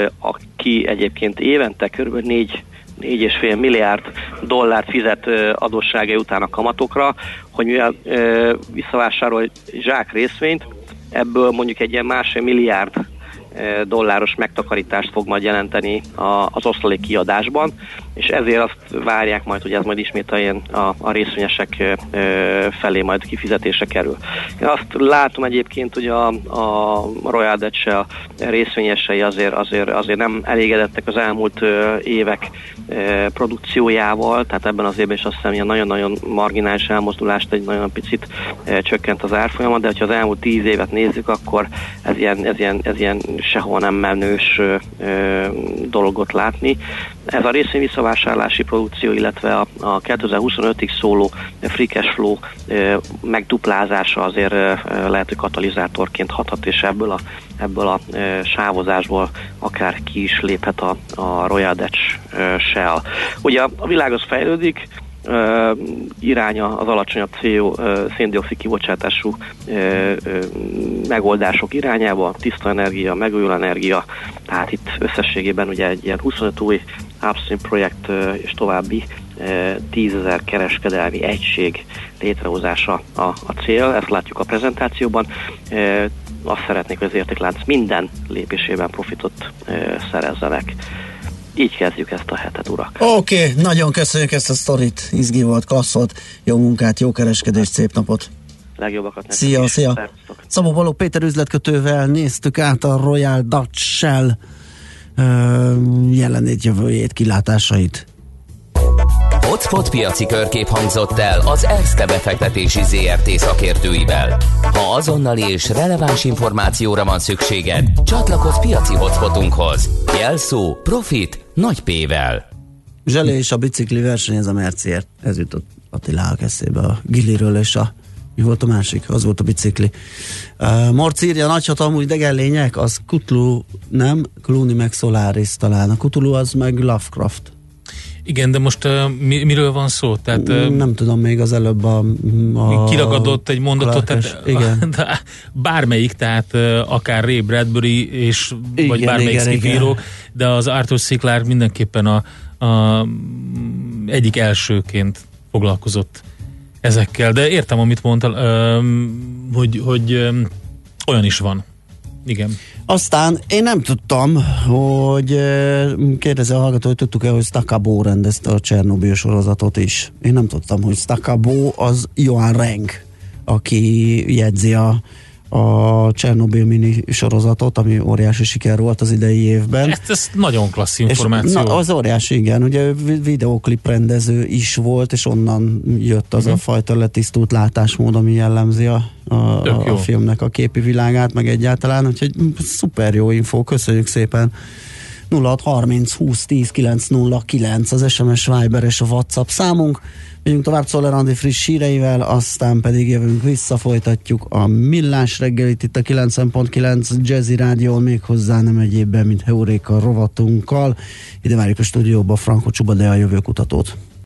aki egyébként évente kb. négy és fél milliárd dollárt fizet adósságai után a kamatokra, hogy mivel visszavásárol zsák részvényt, ebből mondjuk egy ilyen másfél milliárd dolláros megtakarítást fog majd jelenteni az osztalék kiadásban, és ezért azt várják majd, hogy ez majd ismét a, a, a részvényesek felé majd kifizetése kerül. Én azt látom egyébként, hogy a, a Royal Dutch a részvényesei azért, azért, azért nem elégedettek az elmúlt évek produkciójával, tehát ebben az évben is azt hiszem, hogy nagyon-nagyon marginális elmozdulást, egy nagyon picit csökkent az árfolyamat, de ha az elmúlt tíz évet nézzük, akkor ez ilyen, ez ilyen, ez ilyen sehol nem menős ö, ö, dologot látni. Ez a részvény visszavásárlási produkció, illetve a, a kétezer-huszonötig szóló free cash flow ö, megduplázása azért ö, lehet, hogy katalizátorként hathat, és ebből a, ebből a ö, sávozásból akár ki is léphet a, a Royal Dutch ö, Shell. Ugye a világ az fejlődik, Uh, iránya az alacsonyabb uh, széndioxid kibocsátású uh, uh, megoldások irányába, tiszta energia, megújuló energia, tehát itt összességében ugye egy ilyen huszonöt új upstream projekt uh, és további uh, tízezer kereskedelmi egység létrehozása a, a cél, ezt látjuk a prezentációban. Uh, azt szeretnék, hogy az értéklánc minden lépésében profitot uh, szerezzenek. Így kezdjük ezt a hetet, urak. Oké, okay, nagyon köszönjük ezt a sztorit, izgi volt, klassz volt, jó munkát, jó kereskedést, szép napot! Legjobbakat nektek. Szia, is. Szia! Szabó Balogh Péter üzletkötővel néztük át a Royal Dutch Shell uh, jelenét, jövőjét, kilátásait. Hotspot piaci körkép hangzott el az Erste befektetési zé er té szakértőivel. Ha azonnali és releváns információra van szükséged, csatlakozz piaci hotspotunkhoz. Jelszó Profit nagy P-vel. Zselé és a bicikli verseny, ez a Merciért. Ez jutott Attilának eszébe a Gilliről, és a mi volt a másik? Az volt a bicikli. Uh, Morc írja, nagyhatalmú idegen lények, az Cthulhu, nem? Clooney meg Solaris talán. A Cthulhu az meg Lovecraft. Igen, de most uh, mi, miről van szó? Tehát, uh, nem tudom, még az előbb a... a kiragadott egy mondatot, tehát, igen. De bármelyik, tehát uh, akár Ray Bradbury, és, igen, vagy bármelyik szkifíró, de az Arthur C. Clarke mindenképpen a, a egyik elsőként foglalkozott ezekkel. De értem, amit mondtál, um, hogy, hogy um, olyan is van. Igen. Aztán én nem tudtam, hogy kérdezi a hallgató, hogy tudtuk-e, hogy Stakabo rendezte a Csernobil sorozatot is. Én nem tudtam, hogy Stakabo az Johan Renck, aki jegyzi a, a Csernobil mini sorozatot, ami óriási siker volt az idei évben. Ez, ez nagyon klassz információ. És, na, az óriási, igen. Ugye videóklip rendező is volt, és onnan jött az uh-huh. a fajta letisztult látásmód, ami jellemzi a, a, a filmnek a képi világát, meg egyáltalán, úgyhogy szuper jó info, köszönjük szépen. nulla hat harminc húsz tíz kilenc nulla kilenc az es em es, Viber és a WhatsApp számunk. Megyünk tovább Czoller Andi friss híreivel, aztán pedig jövünk vissza, folytatjuk a Millás reggelit itt a kilencven pont kilenc Jazzy Rádión, még hozzá nem egyébben, mint Heuréka rovatunkkal. Ide várjuk a stúdióba Franko Csuba, de a jövőkutatót.